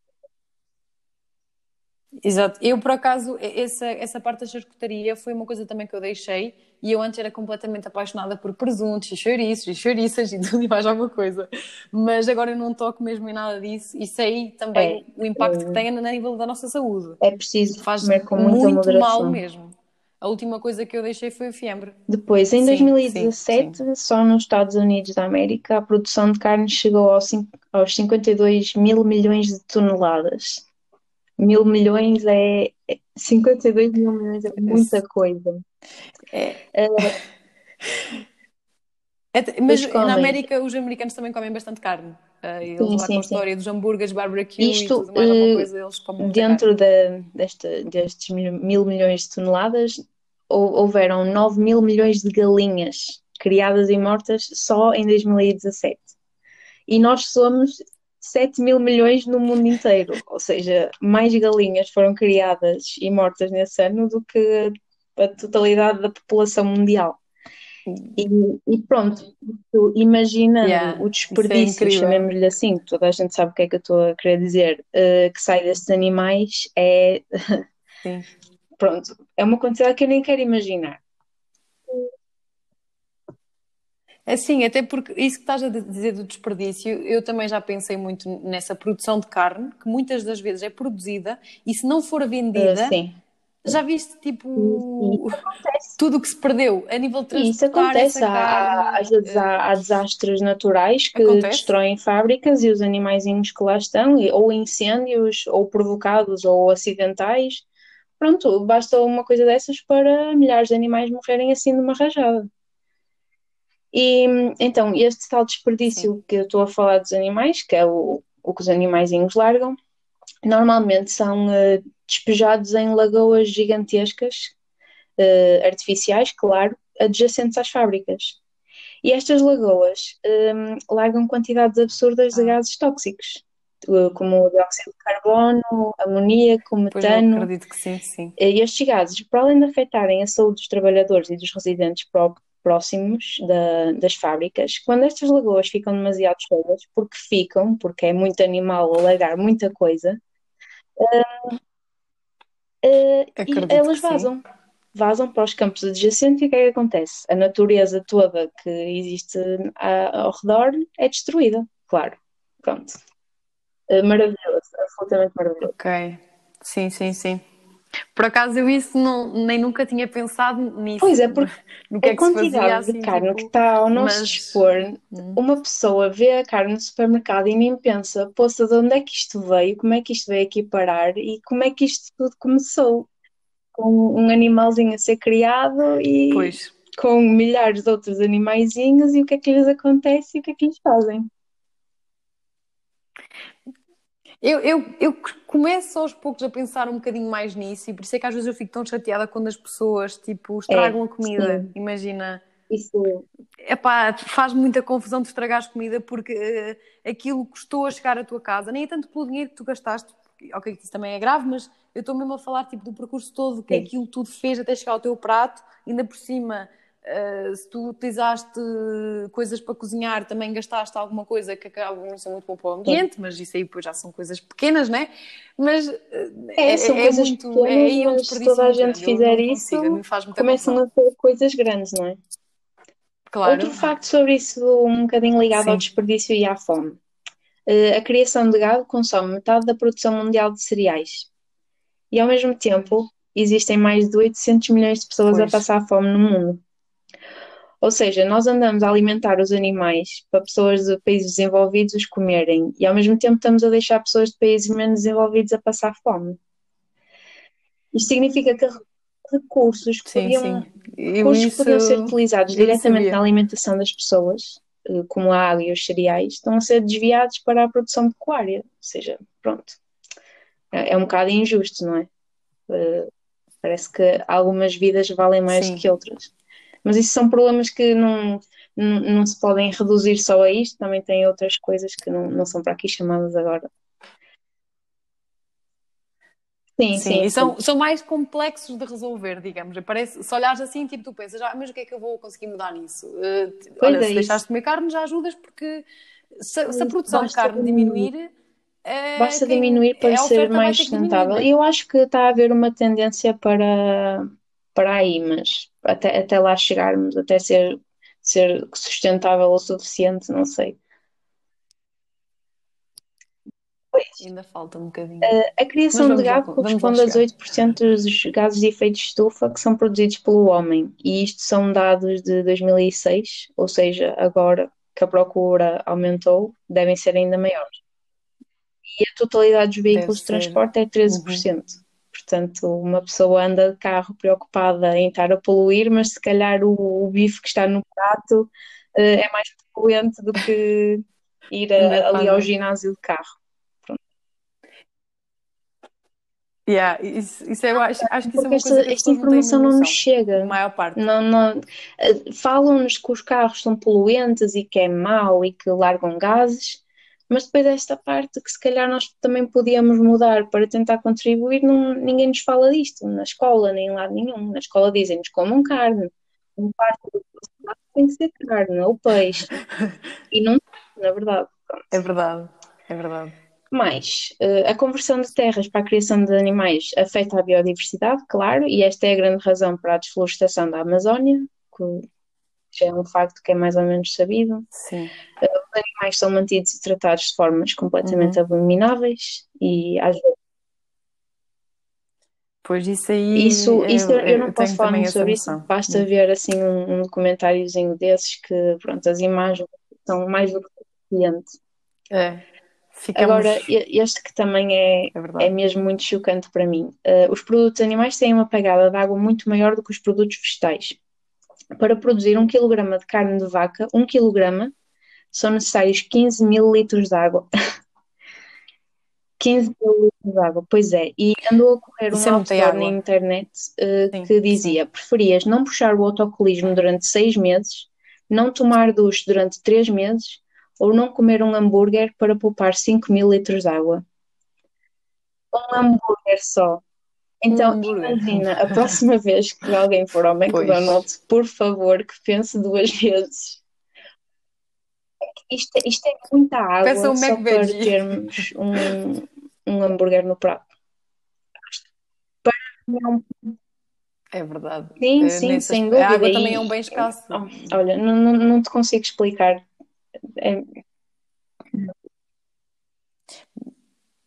Exato. Eu, por acaso, e- essa, essa parte da charcutaria foi uma coisa também que eu deixei e eu antes era completamente apaixonada por presuntos e chouriços e chouriças e tudo e mais alguma coisa. Mas agora eu não toco mesmo em nada disso e sei é, também o impacto que tem a nível da nossa saúde. é preciso Faz comer com muita muito mal moderação. mesmo. A última coisa que eu deixei foi o fiambre. Depois, em Sim, sim, sim. dois mil e dezassete, só nos Estados Unidos da América, a produção de carne chegou aos, cin- aos cinquenta e dois mil milhões de toneladas. Mil milhões é. é- cinquenta e dois mil milhões é muita coisa. É, Uh, é- mas Depois na comem. América os americanos também comem bastante carne. Ah, eles Sim, lá com a sim, sim. história dos hambúrgueres, barbecue e Isto, tudo mais alguma uh, coisa, eles comem muita carne. dentro da, desta, destes mil, mil milhões de toneladas, hou- houveram nove mil milhões de galinhas criadas e mortas só em dois mil e dezassete. E nós somos sete mil milhões no mundo inteiro, ou seja, mais galinhas foram criadas e mortas nesse ano do que a totalidade da população mundial. E, e pronto, isto, imaginando Yeah, o isso é desperdício, incrível. chamemos-lhe assim, toda a gente sabe o que é que eu estou a querer dizer, eh, que sai destes animais, é, Sim. pronto, é uma quantidade que eu nem quero imaginar. Assim, até porque isso que estás a dizer do desperdício, eu também já pensei muito nessa produção de carne, que muitas das vezes é produzida e se não for Eh, vendida, sim, já viste e, e isso tipo acontece. tudo o que se perdeu a nível de E isso transportar essa acontece. Há, há- carne. às vezes eh, há, há desastres naturais que acontece? destroem fábricas e os animaizinhos que lá estão, e- ou incêndios, ou provocados, ou acidentais. Pronto, basta uma coisa dessas para milhares de animais morrerem assim de uma rajada. E então, este tal Sim. desperdício que eu estou a falar dos animais, que é o, o que os animaizinhos largam, normalmente são eh, despejados em lagoas gigantescas, eh, artificiais, claro, adjacentes às fábricas. E estas lagoas hum, largam quantidades absurdas de Ah, gases tóxicos, eh, como o dióxido de carbono, amoníaco, pois eu metano. acredito que sim, sim. E estes gases, para além de afetarem a saúde dos trabalhadores e dos residentes pró- próximos da- das fábricas, quando estas lagoas ficam demasiado cheias, porque ficam, porque é muito animal a largar muita coisa, eh, e Acredito que elas sim. vazam. Vazam para os campos adjacentes e o que é que acontece? A natureza toda que existe a- ao redor é destruída, claro. Pronto. Uh, maravilhoso, absolutamente maravilhoso. Ok. Sim, sim, sim. Por acaso eu isso não, nem nunca tinha pensado Pois nisso, é, porque no que a é que se fazia quantidade de assim, carne que tipo, está ao nosso mas dispor, uma pessoa vê a carne no supermercado e nem pensa, poça, de onde é que isto veio, como é que isto veio aqui parar e como é que isto tudo começou? Com um animalzinho a ser criado e pois. com milhares de outros animaizinhos e o que é que lhes acontece e o que é que lhes fazem. Eu, eu, eu começo aos poucos a pensar um bocadinho mais nisso e por isso é que às vezes eu fico tão chateada quando as pessoas, tipo, É, estragam a comida. sim, Imagina, isso epá, faz muita confusão de estragares comida porque eh, aquilo custou a chegar à tua casa, nem é tanto pelo dinheiro que tu gastaste, porque, ok, isso também é grave, mas eu estou mesmo a falar tipo, do percurso todo que sim. aquilo tudo fez até chegar ao teu prato, ainda por cima, eh, se tu utilizaste coisas para cozinhar, também gastaste alguma coisa que acaba por não ser muito bom para o Sim. ambiente, mas isso aí depois já são coisas pequenas, né? Mas eh, É, são é, é coisas muito, é, pequenas, aí é um mas se desperdício toda a muito gente grande, eu fizer não consigo, a mim isso, faz muita começam confusão. a ser coisas grandes, não é? Outro Claro, facto sobre isso, um bocadinho ligado ao sim, desperdício e à fome. Eh, A criação de gado consome metade da produção mundial de cereais. E ao mesmo tempo, existem mais de oitocentos milhões de pessoas a pois. passar fome no mundo. Ou seja, nós andamos a alimentar os animais para pessoas de países desenvolvidos os comerem e ao mesmo tempo estamos a deixar pessoas de países menos desenvolvidos a passar fome. Isto significa que recursos que Sim, podiam, sim. Eu recursos que isso, podiam ser utilizados eu isso diretamente na sabia. alimentação das pessoas, eh, como a água e os cereais, estão a ser desviados para a produção pecuária. Ou seja, pronto, é é um bocado injusto, não é? Eh, Parece que algumas vidas valem mais do Sim. que outras. Mas isso são problemas que não, não, não se podem reduzir só a isto, também tem outras coisas que não, não são para aqui chamadas agora. Sim, Sim, sim, e sim. são, são mais complexos de resolver, digamos. Parece, se olhares assim, tipo, tu pensas, ah, mas o que é que eu vou conseguir mudar nisso? Eh, Pois olha, é se deixares isso. de comer carne, já ajudas, porque se, É se a isso. produção de Basta carne diminuir, diminuir, eh, basta quem, diminuir para a ser oferta vai mais ter que diminuir, sustentável. não E é? eu acho que está a haver uma tendência para, para aí, mas até, até lá chegarmos, até ser, ser sustentável o suficiente, não sei. Ainda falta um bocadinho. A Mas criação de vamos lá, gado vamos lá corresponde a chegar. dezoito por cento dos gases de efeito de estufa que são produzidos pelo homem, e isto são dados de dois mil e seis, ou seja, agora que a procura aumentou, devem ser ainda maiores. E a totalidade dos Deve veículos de ser. transporte é treze por Uhum. cento. Portanto, uma pessoa anda de carro preocupada em estar a poluir, mas se calhar o, o bife que está no prato, eh, é mais poluente do que ir Ainda a- ali faz. ao ginásio de carro. Pronto. Yeah, isso, isso é, eu acho, acho que isso é Porque uma esta, coisa que as esta pessoas não têm informação mesmo não nos noção. A chega. maior parte. Não, não, eh, falam-nos que os carros são poluentes e que é mau e que largam gases, mas depois esta parte que se calhar nós também podíamos mudar para tentar contribuir, não, ninguém nos fala disto na escola, nem em lado nenhum. Na escola dizem-nos comam carne, um parte do prato tem que ser carne ou peixe, e não, na verdade. É verdade, é verdade. Mais, eh, a conversão de terras para a criação de animais afeta a biodiversidade, claro, e esta é a grande razão para a desflorestação da Amazónia, que já é um facto que é mais ou menos sabido. Sim. Os animais são mantidos e tratados de formas completamente Uhum. abomináveis e às vezes Pois isso aí isso, isso eu eu é- não eu posso tenho falar também muito essa sobre isso, noção. basta Hum. ver assim um, um documentáriozinho desses que, pronto, as imagens são mais do que suficientes. É, Agora, ficamos. e- este que também é, É é verdade. mesmo muito chocante para mim. Uh, os produtos animais têm uma pegada de água muito maior do que os produtos vegetais. Para produzir um quilograma de carne de vaca, um quilograma, são necessários quinze mil litros de água. quinze mil litros de água, pois é. E andou a correr um Isso é muita outdoor na água. internet uh, Sim, que sim. dizia: preferias não puxar o autocolismo durante seis meses, não tomar duche durante três meses ou não comer um hambúrguer para poupar cinco mil litros de água? Um hambúrguer só. Um Então, hambúrguer. imagina, a próxima vez que alguém for ao Pois. McDonald's, por favor, que pense duas vezes. Isto, é- isto é muita Peça água um só Mac para Veggie. termos um, um hambúrguer no prato. Não. É verdade. Sim, Eh, sim, nesse sem aspe- a dúvida. água também é um E, bem escasso. oh, olha, não, não, não te consigo explicar. É,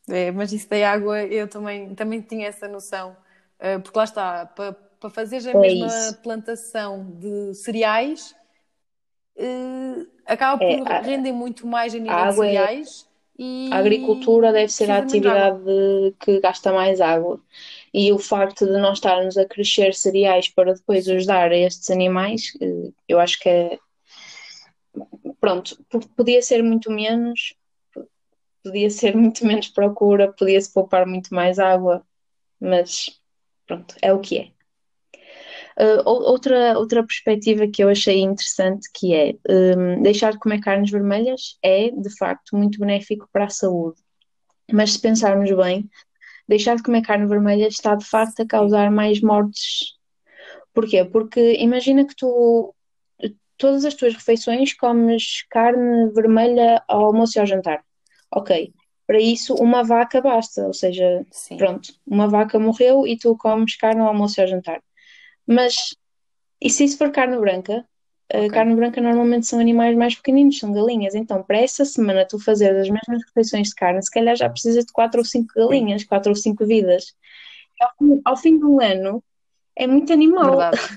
É, mas isso da água eu também, também tinha essa noção. Uh, porque lá está, para pa fazeres a É mesma isso. plantação de cereais, uh, acaba É, por a, render muito mais a a nível de água é, cereais a agricultura e deve ser a precisa menos água. atividade que gasta mais água. E o facto de nós estarmos a crescer cereais para depois os Sim, dar a estes animais, eh, eu acho que é, pronto, p- podia ser muito menos, podia ser muito menos procura, podia-se poupar muito mais água, mas pronto, é o que é. Uh, outra, outra perspectiva que eu achei interessante que é um, deixar de comer carnes vermelhas é de facto muito benéfico para a saúde. Mas se pensarmos bem, deixar de comer carne vermelha está de facto a sim, causar mais mortes. Porquê? Porque imagina que tu todas as tuas refeições comes carne vermelha ao almoço e ao jantar. Ok. Para isso uma vaca basta, ou seja, sim, pronto, uma vaca morreu e tu comes carne ao almoço e ao jantar. Mas e se isso for carne branca? A ok. carne branca normalmente são animais mais pequeninos, são galinhas. Então, para essa semana tu fazer as mesmas refeições de carne, se calhar já precisas de quatro ou cinco Sim, galinhas, quatro ou cinco vidas. Ao fim, ao fim de um ano, é muito animal. verdade.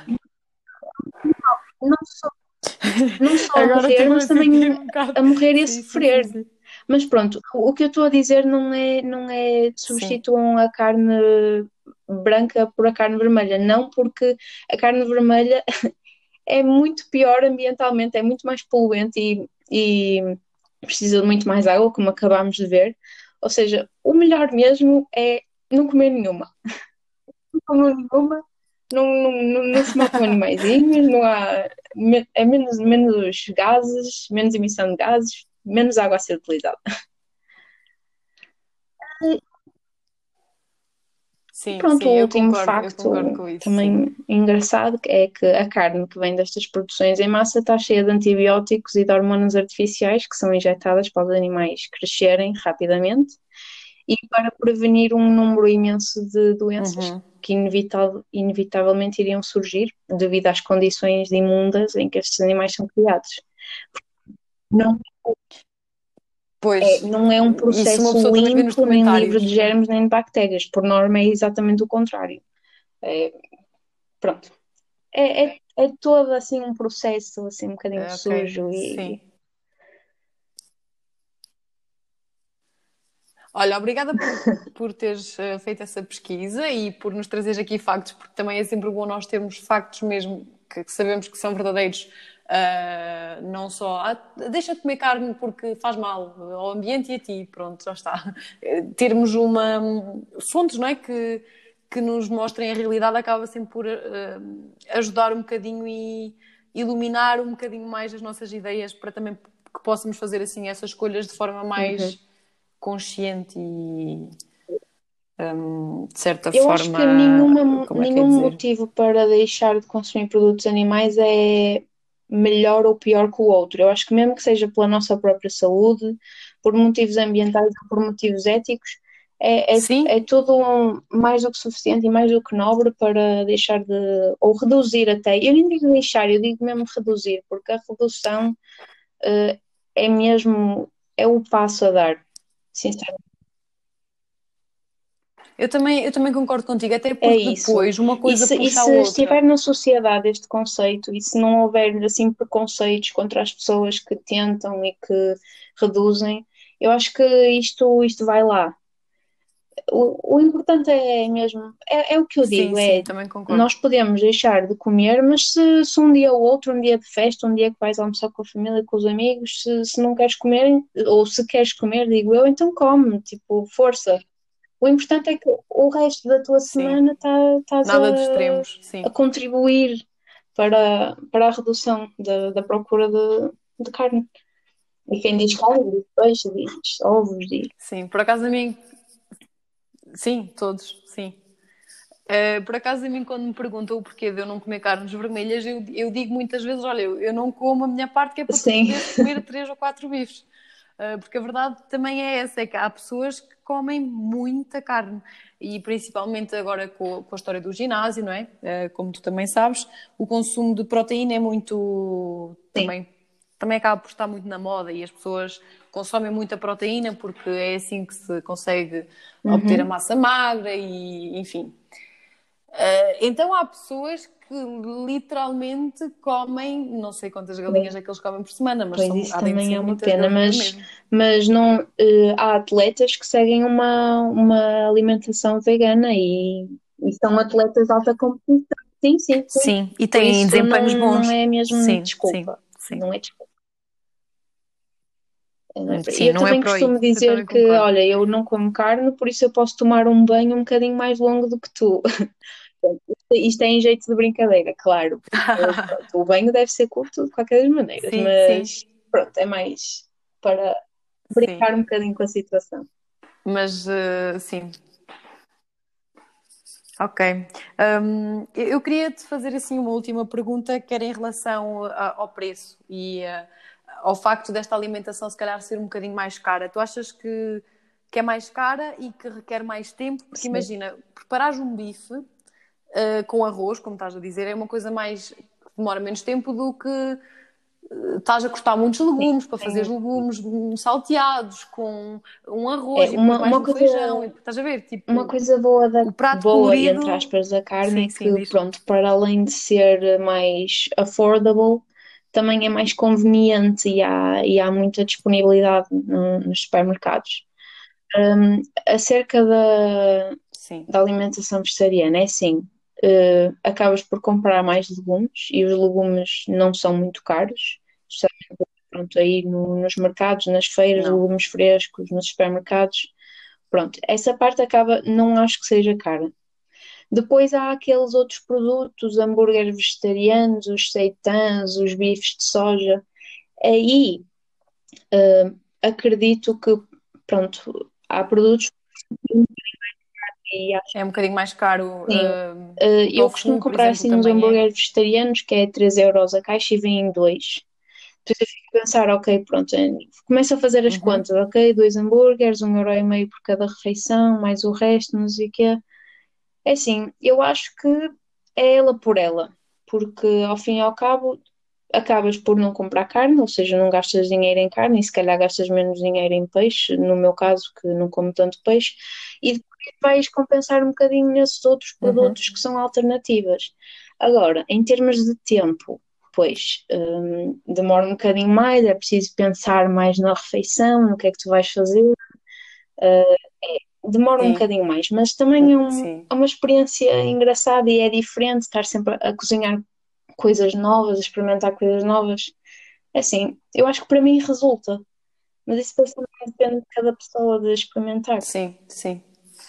Não só, não só a Agora morrer, estou-me mas a sentir também um bocado. a morrer e a Sim, sim, sim, sofrer. sim. Mas pronto, o o que eu estou a dizer não é, não é Sim, substituam a carne branca por a carne vermelha. Não, porque a carne vermelha é muito pior ambientalmente, é muito mais poluente e, e precisa de muito mais água, como acabámos de ver. Ou seja, o melhor mesmo é não comer nenhuma. Não comer nenhuma, não, não, não, não se matam animaizinhos, não há, é menos, menos gases, menos emissão de gases, menos água a ser utilizada. E sim, pronto, sim, o eu último concordo, eu concordo facto com isso, sim. também engraçado é que a carne que vem destas produções em massa está cheia de antibióticos e de hormonas artificiais que são injetadas para os animais crescerem rapidamente e para prevenir um número imenso de doenças Uhum. que inevitavel- inevitavelmente iriam surgir devido às condições imundas em que estes animais são criados. Não é, Pois, não é um isso uma processo pessoa também vê nos limpo, nem livre de documentários. germes nem de bactérias. Por norma, é exatamente o contrário. É, pronto. É, é, é todo assim um processo assim um bocadinho É, ok, sujo sim. e Olha, obrigada por, por teres eh, feito essa pesquisa e por nos trazeres aqui factos, porque também é sempre bom nós termos factos mesmo que, que sabemos que são verdadeiros. Ah, não só ah, deixa de comer carne porque faz mal ao ambiente e a ti, pronto, já está. Eh, Termos uma fontes, não é, que, que nos mostrem a realidade acaba sempre por eh, ajudar um bocadinho e iluminar um bocadinho mais as nossas ideias para também que possamos fazer assim essas escolhas de forma uhum. mais consciente e de certa Eu acho que forma, nenhuma, como é que é nenhum dizer? motivo para deixar de consumir produtos animais é melhor ou pior que o outro. Eu acho que mesmo que seja pela nossa própria saúde, por motivos ambientais ou por motivos éticos, é, é, Sim, é tudo um- mais do que suficiente e mais do que nobre para deixar de, ou reduzir até. Eu nem digo deixar, eu digo mesmo reduzir, porque a redução, eh, é mesmo, é o passo a dar, sinceramente. eu também, eu também concordo contigo, até É porque isso. depois uma E coisa se, e puxa a se outra. estiver na sociedade este conceito, e se não houver assim preconceitos contra as pessoas que tentam e que reduzem, eu acho que isto, isto vai lá. O, o importante é mesmo, é, é o que eu Sim, digo, sim, é também concordo. nós podemos deixar de comer, mas se, se um dia ou outro, um dia de festa, um dia que vais almoçar com a família, com os amigos, se, se não queres comer, ou se queres comer, digo eu, então come, tipo, força. O importante é que o resto da tua Sim, semana tá- estás nada de a, extremos, a sim. contribuir para, para a redução da, da procura de, de carne. E quem diz carne, diz peixe, diz ovos, diz. Sim, por acaso a mim, sim, todos, sim. Uh, por acaso a mim quando me perguntam o porquê de eu não comer carnes vermelhas, eu, eu digo muitas vezes, olha, eu, eu não como a minha parte que é para tu Sim, poderes comer três ou quatro bifes. Uh, porque a verdade também é essa, é que há pessoas que comem muita carne. E principalmente agora com, com a história do ginásio, não é? Uh, como tu também sabes, o consumo de proteína é muito sim. também também acaba por estar muito na moda e as pessoas consomem muita proteína porque é assim que se consegue obter a Uhum. massa magra e, enfim. Uh, então há pessoas que literalmente comem, não sei quantas galinhas é que eles comem por semana, mas Pois são, isso há de também ser é uma muitas pena, galinhas mas, mesmo. mas não, eh, há atletas que seguem uma, uma alimentação vegana e, e são atletas de alta competição. Sim, sim, sim. Sim, e Por têm isso desempenhos não, não bons. é mesmo Sim, sim, desculpa. sim. Não é desculpa. E Sim, eu não é também por aí. costumo Eu dizer também que, concordo. olha, eu não como carne, por isso eu posso tomar um banho um bocadinho mais longo do que tu. Isto é em jeito de brincadeira, claro, porque pronto, o banho deve ser curto de qualquer das maneiras, Sim, sim, mas pronto, é mais para sim. brincar um bocadinho com a situação. Mas, uh, sim. Ok. Um, eu eu queria te fazer assim uma última pergunta que era em relação a- ao preço e uh, ao facto desta alimentação se calhar ser um bocadinho mais cara. Tu achas que, que é mais cara e que requer mais tempo? Porque Sim. imagina, preparares um bife uh, com arroz, como estás a dizer, é uma coisa mais que demora menos tempo do que uh, estás a cortar muitos legumes para fazer Sim. legumes hum, salteados com um É arroz e depois uma, mais uma o coisa, feijão. E, estás a ver? uma Tipo, coisa boa da o prato boa, entre colorido. aspas, da carne Sim, é sim, que, diz. pronto, para além de ser mais affordable, também é mais conveniente e há, e há muita disponibilidade no- nos supermercados. Um, acerca da, Sim. da alimentação vegetariana, é assim, eh, acabas por comprar mais legumes e os legumes não são muito caros, especialmente pronto, aí no- nos mercados, nas feiras, Não. legumes frescos, nos supermercados. Pronto, essa parte acaba, não acho que seja cara. Depois há aqueles outros produtos, hambúrgueres vegetarianos, os seitãs, os bifes de soja. Aí eh, acredito que, pronto, há produtos e acho É um bocadinho mais caro que sim. uh, Eh, o eu costumo tofu, por comprar exemplo, assim uns também é. hambúrgueres vegetarianos que é três euros a caixa e vem em dois. Depois eu fico a pensar, ok, pronto, eh, começo a fazer as Uhum. contas, ok, dois hambúrgueres, um euro e meio por cada refeição, mais o resto, não sei o quê. É assim, eu acho que é ela por ela, porque ao fim e ao cabo acabas por não comprar carne, ou seja, não gastas dinheiro em carne e se calhar gastas menos dinheiro em peixe, no meu caso, que não como tanto peixe, e depois vais compensar um bocadinho nesses outros Uhum. produtos que são alternativas. Agora, em termos de tempo, pois hum, demora um bocadinho mais, é preciso pensar mais na refeição, no que é que tu vais fazer, demora um Sim, bocadinho mais, mas também é, um- sim. é uma experiência engraçada e é diferente estar sempre a, a cozinhar coisas novas, a experimentar coisas novas. É assim, eu acho que para mim resulta, mas isso depois também depende de cada pessoa de experimentar. Sim, sim.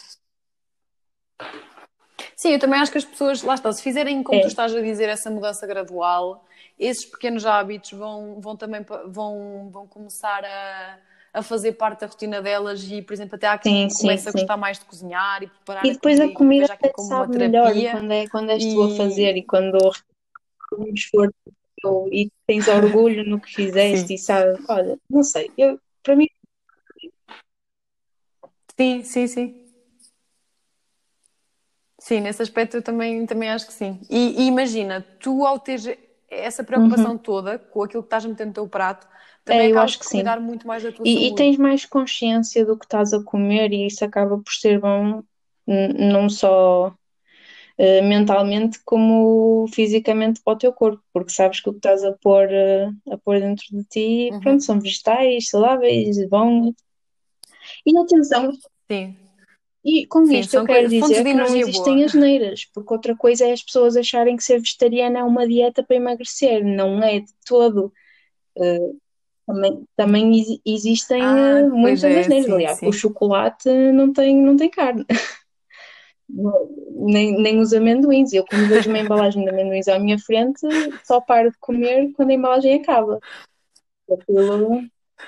Sim, eu também acho que as pessoas, lá está, se fizerem, como tu É, estás a dizer, essa mudança gradual, esses pequenos hábitos vão, vão também pa- vão, vão começar a, a fazer parte da rotina delas e, por exemplo, até há sim, quem sim, comece a sim. gostar mais de cozinhar e preparar E a depois comida a e comida veja aquilo até te como uma sabe melhor terapia quando é, quando és tu a fazer e... e quando o esforço teu e tens orgulho no que fizeste Sim, e sabe, olha, não sei, eu, para mim, sim, sim, sim. Sim, nesse aspecto eu também, também acho que sim. E, e imagina, tu ao teres essa uhum, preocupação toda com aquilo que estás a meter no teu prato, também é, eu acabas acho que por sim. cuidar muito mais da tua E, e saúde. tens mais consciência do que estás a comer e isso acaba por ser bom, n- não só eh, mentalmente como fisicamente para o teu corpo, porque sabes que o que estás a pôr, eh, a pôr dentro de ti, pronto, Uhum. são vegetais, saudáveis, bons. E atenção, Sim, e com sim, isto eu são quero coi- fontes dizer de que não energia boa. existem asneiras, porque outra coisa é as pessoas acharem que ser vegetariana é uma dieta para emagrecer, não é de todo. Eh, Também, também exi- existem eh, Ah, pois muitas é, asneiras. sim, Aliás, o sim. chocolate não tem, não tem carne, nem, nem os amendoins. Eu, quando vejo uma embalagem de amendoins à minha frente, só paro de comer quando a embalagem acaba. Aquilo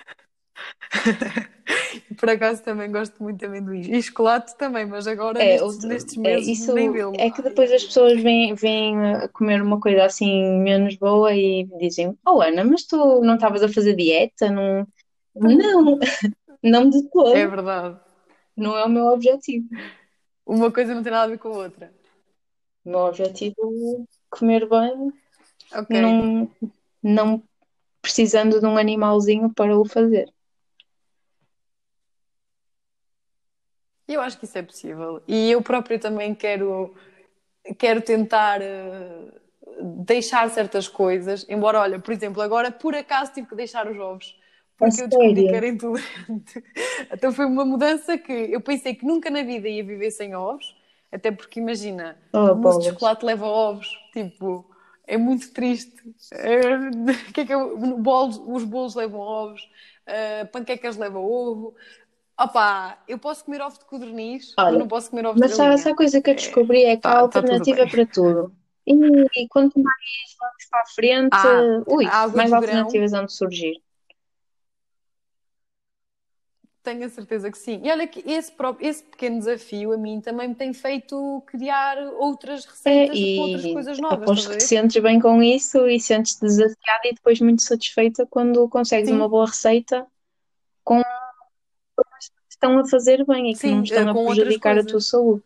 Por acaso também gosto muito de amendoins. E chocolate também, mas agora é, nestes, outro- nestes é, meses nem isso vê-lo. é que depois as pessoas vêm, vêm a comer uma coisa assim menos boa e dizem: Oh Ana, mas tu não estavas a fazer dieta? Não, não, não de É todo. verdade. Não é o meu objetivo. Uma coisa não tem nada a ver com a outra. O meu objetivo é comer bem, Ok. não, não precisando de um animalzinho para o fazer. Eu acho que isso é possível. E eu própria também quero, quero tentar eh, deixar certas coisas. Embora, olha, por exemplo, agora por acaso tive que deixar os ovos. A Porque eu descobri que sério? era intolerante. Então foi uma mudança que eu pensei que nunca na vida ia viver sem ovos. Até porque, imagina, Oh, mousse de bolas. chocolate leva ovos. Tipo, é muito triste. É, que é que eu- bolos- os bolos levam ovos. eh, panquecas levam ovo. Opá, eu posso comer ovo de codorniz, mas não Olha, posso comer ovos de mas sabe, galinha. sabe a coisa que eu É, descobri é que há tá, tá tudo alternativa bem. para tudo. E, e quanto mais vamos para a frente, Ah, ui, a água mais de grão, alternativas vão surgir. tenho a certeza que sim. E olha que esse, próprio, esse pequeno desafio a mim também me tem feito criar outras É, receitas com outras e coisas novas, estás aposto a que te ver? sentes bem com isso e sentes-te desafiada e depois muito satisfeita quando consegues uma Sim, boa receita com coisas que estão a fazer bem e que não sim, eh, estão a com outras prejudicar a tua coisas. saúde.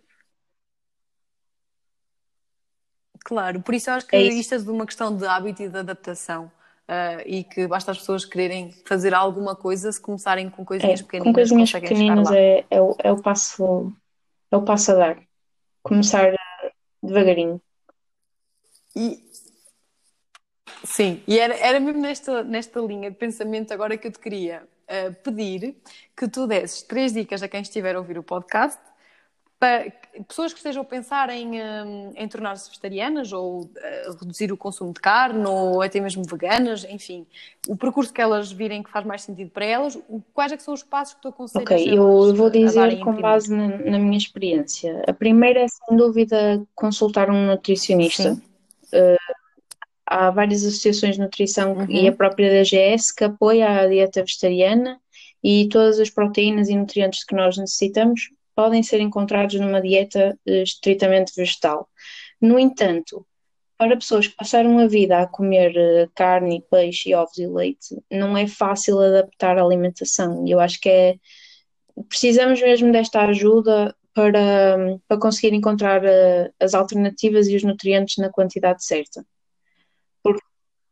Claro, por isso eu acho que É isso. isto é de uma questão de hábito e de adaptação. eh, e que basta as pessoas quererem fazer alguma coisa, se começarem com coisinhas É, com pequeninas, coisinhas conseguem chegar pequeninas lá. é, é, o, é o passo, é o passo a dar. Começar devagarinho. E, sim, e era, era mesmo nesta, nesta linha de pensamento agora que eu te queria uh, pedir que tu desses três dicas a quem estiver a ouvir o podcast para pessoas que estejam a pensar em, um, em tornar-se vegetarianas ou uh, reduzir o consumo de carne ou até mesmo veganas, enfim, o percurso que elas virem que faz mais sentido para elas, o- quais é que são os passos que tu Ok, aconselhas eu, elas eu vou uh, a dizer darem em com primeiro? base na, na minha experiência. A primeira é, sem dúvida, consultar um nutricionista. Sim. Há várias associações de nutrição que- e a Uhum. própria D G S que apoia a dieta vegetariana e todas as proteínas e nutrientes que nós necessitamos podem ser encontrados numa dieta eh, estritamente vegetal. No entanto, para pessoas que passaram a vida a comer eh, carne, peixe, ovos e leite, não é fácil adaptar a alimentação. E eu acho que é, precisamos mesmo desta ajuda para, para conseguir encontrar eh, as alternativas e os nutrientes na quantidade certa. Porque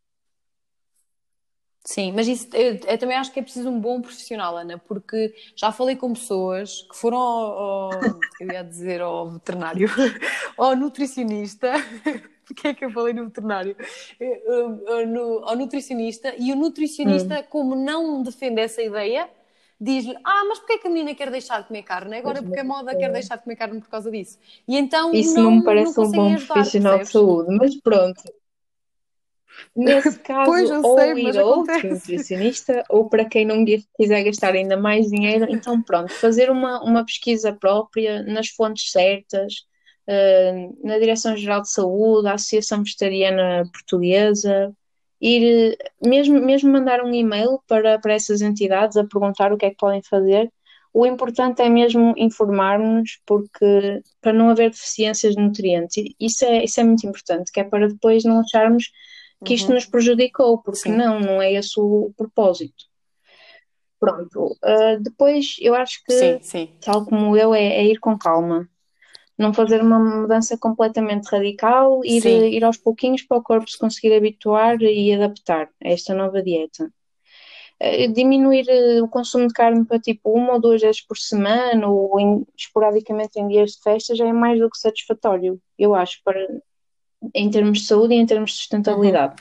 Sim, mas isso eu, eu também acho que é preciso um bom profissional, Ana, porque já falei com pessoas que foram ao, ao- eu ia dizer ao veterinário, ao nutricionista, porque é que eu falei no veterinário? Eh, eh, no- Ao nutricionista, e o hum, nutricionista, como não defende essa ideia, diz-lhe: Ah, mas porquê é que a menina quer deixar de comer carne? pois, Agora mas porque a moda quer isso, deixar de comer carne por causa disso. E então isso não me não, não parece um bom conseguem ajudar, profissional de percebes? saúde, mas pronto. Nesse Pois, caso, eu sei, ou mas ir a outro acontece. nutricionista, ou para quem não quiser gastar ainda mais dinheiro, então pronto, fazer uma, uma pesquisa própria nas fontes certas, eh, na Direção-Geral de Saúde, a Associação Vegetariana Portuguesa, ir, eh, mesmo, mesmo mandar um e-mail para, para essas entidades a perguntar o que é que podem fazer. O importante é mesmo informar-nos, porque para não haver deficiências de nutrientes, E isso é, isso é muito importante, que é para depois não acharmos que isto Uhum, nos prejudicou, porque sim. não, não é esse o propósito. Pronto. Uh, depois, eu acho que, Sim, sim. tal como eu, é, é ir com calma. Não fazer uma mudança completamente radical, ir, Sim. ir aos pouquinhos para o corpo se conseguir habituar e adaptar a esta nova dieta. Uh, diminuir uh, o consumo de carne para tipo uma ou duas vezes por semana ou em- esporadicamente em dias de festa já é mais do que satisfatório, eu acho, para, em termos de saúde e em termos de Uhum. sustentabilidade.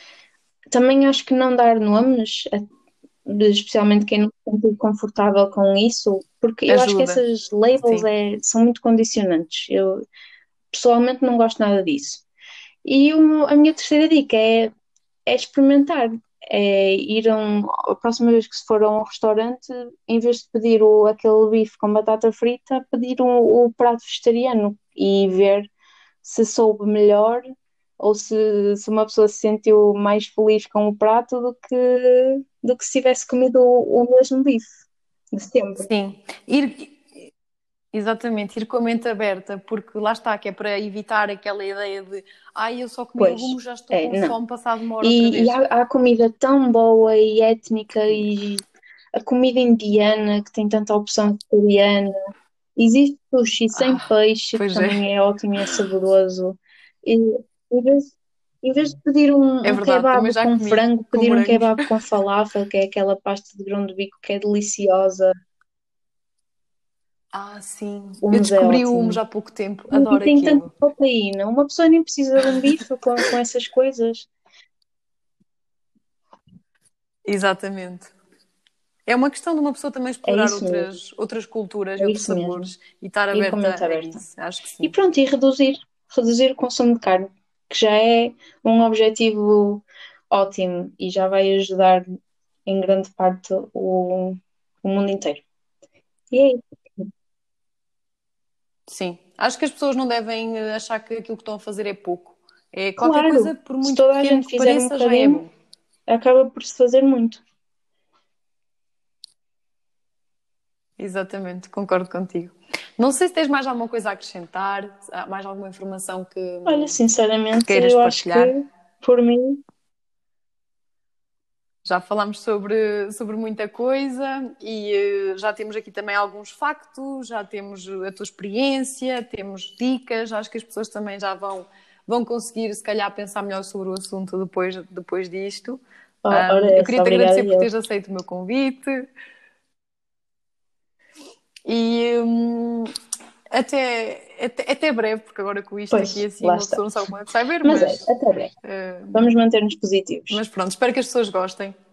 Também acho que não dar nomes, de- especialmente quem não se sente confortável com isso, porque eu acho que Ajuda. essas labels Sim. é, são muito condicionantes. Eu pessoalmente não gosto nada disso. E o meu- a minha terceira dica é, é experimentar. É ir a, um, a próxima vez que se for a um restaurante, em vez de pedir o, aquele bife com batata frita, pedir um, o prato vegetariano e ver se soube melhor ou se, se uma pessoa se sentiu mais feliz com o prato do que, do que se tivesse comido o, o mesmo bife de sempre. Sim. Ir, exatamente, ir com a mente aberta, porque lá está, que é para evitar aquela ideia de ai, eu só comi Pois, legumes, já estou é, com não. fome, passado uma hora outra E, e vez. há, há comida tão boa e étnica e a comida indiana que tem tanta opção vegetariana. Existe sushi sem Ah, peixe, que pois é. também é ótimo e é saboroso. E, e Em vez de pedir um, É um verdade, também kebab já com comi frango, com pedir um morangos. kebab com falafel, que é aquela pasta de grão de bico que é deliciosa. Ah, sim. Eu Hummus é descobri o hummus ótimo. há pouco tempo. E, e Adoro tem tanta aquilo. proteína. Uma pessoa nem precisa de um bife com, com essas coisas. Exatamente. É uma questão de uma pessoa também É explorar isso mesmo. outras, outras culturas e É outros isso mesmo. sabores e estar Ir com a mente aberta a aberta. isso. Acho que E sim. pronto, e reduzir. Reduzir o consumo de carne, que já é um objetivo ótimo e já vai ajudar em grande parte o, o mundo inteiro. E é isso. Sim. Acho que as pessoas não devem eh, achar que aquilo que estão a fazer é pouco. É qualquer coisa, Claro, por se muito toda a pequeno gente que fizer um pareça, já é bocadinho, bom. acaba por se fazer muito. Exatamente, concordo contigo. Não sei se tens mais alguma coisa a acrescentar, há mais alguma informação que, Olha, que sinceramente, queiras eu acho partilhar. que, por mim, Já falámos sobre, sobre muita coisa e eh, já temos aqui também alguns factos, já temos a tua experiência, temos dicas, acho que as pessoas também já vão, vão conseguir, se calhar, pensar melhor sobre o assunto depois, depois disto. ó, ora Um, eu essa, queria te obrigada agradecer por eu. teres aceito o meu convite e um, até, até, até breve, porque agora com isto Pois, aqui assim lá uma está. pessoa não sabe quando é que sai ver, Mas é, mas, até breve. uh, Vamos manter-nos positivos. mas pronto, espero que as pessoas gostem.